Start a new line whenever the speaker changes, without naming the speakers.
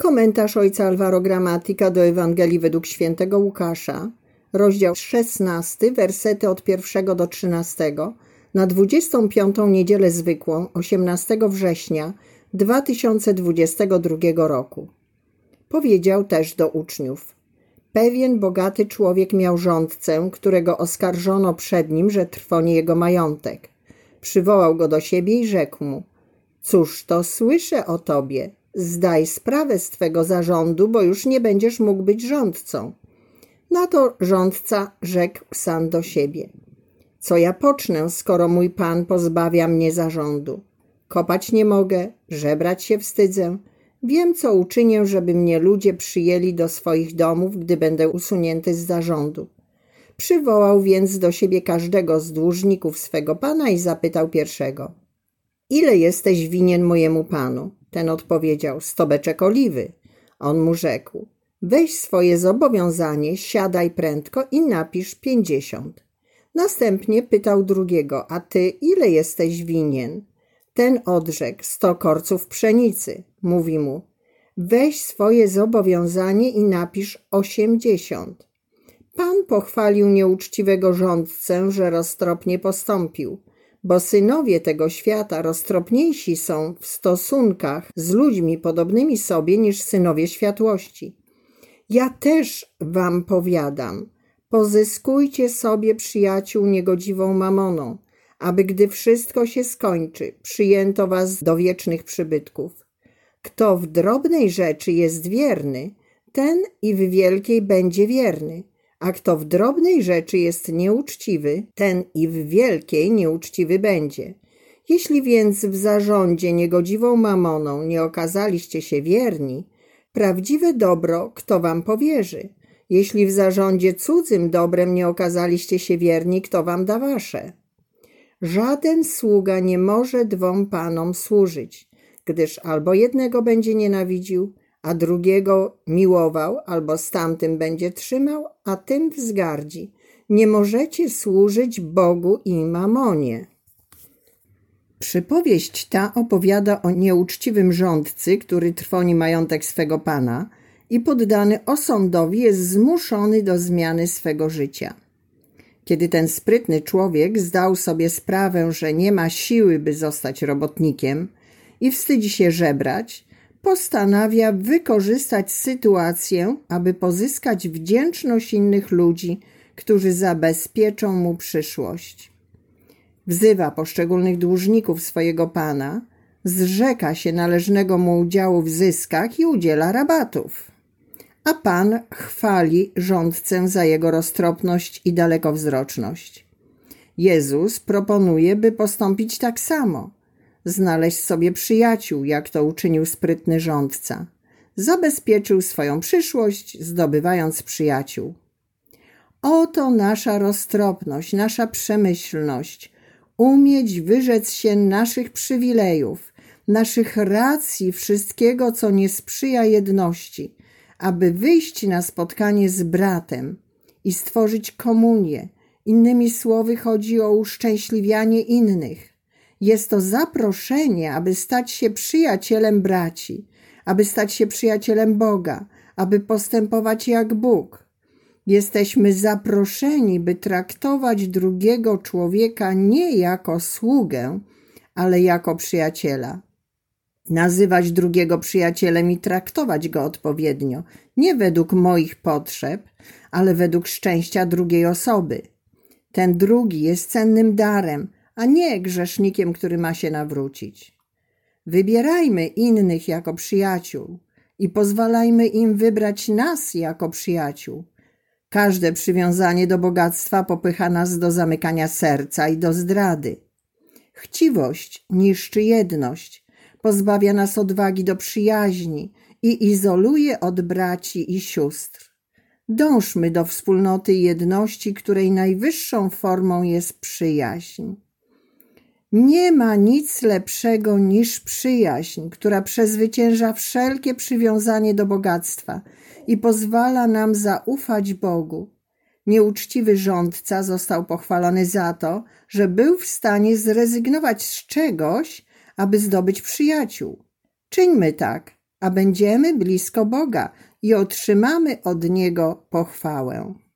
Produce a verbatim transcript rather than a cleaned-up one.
Komentarz ojca Alvaro Gramatika do Ewangelii według świętego Łukasza, rozdział szesnasty, wersety od pierwszego do trzynastego, na dwudziestą piątą niedzielę zwykłą, osiemnastego września dwa tysiące dwudziestego drugiego roku. Powiedział też do uczniów: pewien bogaty człowiek miał rządcę, którego oskarżono przed nim, że trwoni jego majątek. Przywołał go do siebie i rzekł mu: cóż to słyszę o tobie? Zdaj sprawę z twego zarządu, bo już nie będziesz mógł być rządcą. Na to rządca rzekł sam do siebie: co ja pocznę, skoro mój pan pozbawia mnie zarządu? Kopać nie mogę, żebrać się wstydzę. Wiem, co uczynię, żeby mnie ludzie przyjęli do swoich domów, gdy będę usunięty z zarządu. Przywołał więc do siebie każdego z dłużników swego pana i zapytał pierwszego: ile jesteś winien mojemu panu? Ten odpowiedział: sto beczek oliwy. On mu rzekł: weź swoje zobowiązanie, siadaj prędko i napisz pięćdziesiąt. Następnie pytał drugiego: a ty ile jesteś winien? Ten odrzekł: sto korców pszenicy. Mówi mu: weź swoje zobowiązanie i napisz osiemdziesiąt. Pan pochwalił nieuczciwego rządcę, że roztropnie postąpił, bo synowie tego świata roztropniejsi są w stosunkach z ludźmi podobnymi sobie niż synowie światłości. Ja też wam powiadam, pozyskujcie sobie przyjaciół niegodziwą mamoną, aby gdy wszystko się skończy, przyjęto was do wiecznych przybytków. Kto w drobnej rzeczy jest wierny, ten i w wielkiej będzie wierny, a kto w drobnej rzeczy jest nieuczciwy, ten i w wielkiej nieuczciwy będzie. Jeśli więc w zarządzie niegodziwą mamoną nie okazaliście się wierni, prawdziwe dobro kto wam powierzy? Jeśli w zarządzie cudzym dobrem nie okazaliście się wierni, kto wam da wasze? Żaden sługa nie może dwom panom służyć, gdyż albo jednego będzie nienawidził, a drugiego miłował, albo z tamtym będzie trzymał, a tym wzgardzi. Nie możecie służyć Bogu i mamonie. Przypowieść ta opowiada o nieuczciwym rządcy, który trwoni majątek swego pana i poddany osądowi jest zmuszony do zmiany swego życia. Kiedy ten sprytny człowiek zdał sobie sprawę, że nie ma siły, by zostać robotnikiem i wstydzi się żebrać, postanawia wykorzystać sytuację, aby pozyskać wdzięczność innych ludzi, którzy zabezpieczą mu przyszłość. Wzywa poszczególnych dłużników swojego pana, zrzeka się należnego mu udziału w zyskach i udziela rabatów. A pan chwali rządcę za jego roztropność i dalekowzroczność. Jezus proponuje, by postąpić tak samo. Znaleźć sobie przyjaciół, jak to uczynił sprytny rządca. Zabezpieczył swoją przyszłość, zdobywając przyjaciół. Oto nasza roztropność, nasza przemyślność, umieć wyrzec się naszych przywilejów, naszych racji, wszystkiego, co nie sprzyja jedności, aby wyjść na spotkanie z bratem i stworzyć komunię. Innymi słowy, chodzi o uszczęśliwianie innych. Jest to zaproszenie, aby stać się przyjacielem braci, aby stać się przyjacielem Boga, aby postępować jak Bóg. Jesteśmy zaproszeni, by traktować drugiego człowieka nie jako sługę, ale jako przyjaciela. Nazywać drugiego przyjacielem i traktować go odpowiednio, nie według moich potrzeb, ale według szczęścia drugiej osoby. Ten drugi jest cennym darem, a nie grzesznikiem, który ma się nawrócić. Wybierajmy innych jako przyjaciół i pozwalajmy im wybrać nas jako przyjaciół. Każde przywiązanie do bogactwa popycha nas do zamykania serca i do zdrady. Chciwość niszczy jedność, pozbawia nas odwagi do przyjaźni i izoluje od braci i sióstr. Dążmy do wspólnoty i jedności, której najwyższą formą jest przyjaźń. Nie ma nic lepszego niż przyjaźń, która przezwycięża wszelkie przywiązanie do bogactwa i pozwala nam zaufać Bogu. Nieuczciwy rządca został pochwalony za to, że był w stanie zrezygnować z czegoś, aby zdobyć przyjaciół. Czyńmy tak a będziemy blisko Boga i otrzymamy od Niego pochwałę.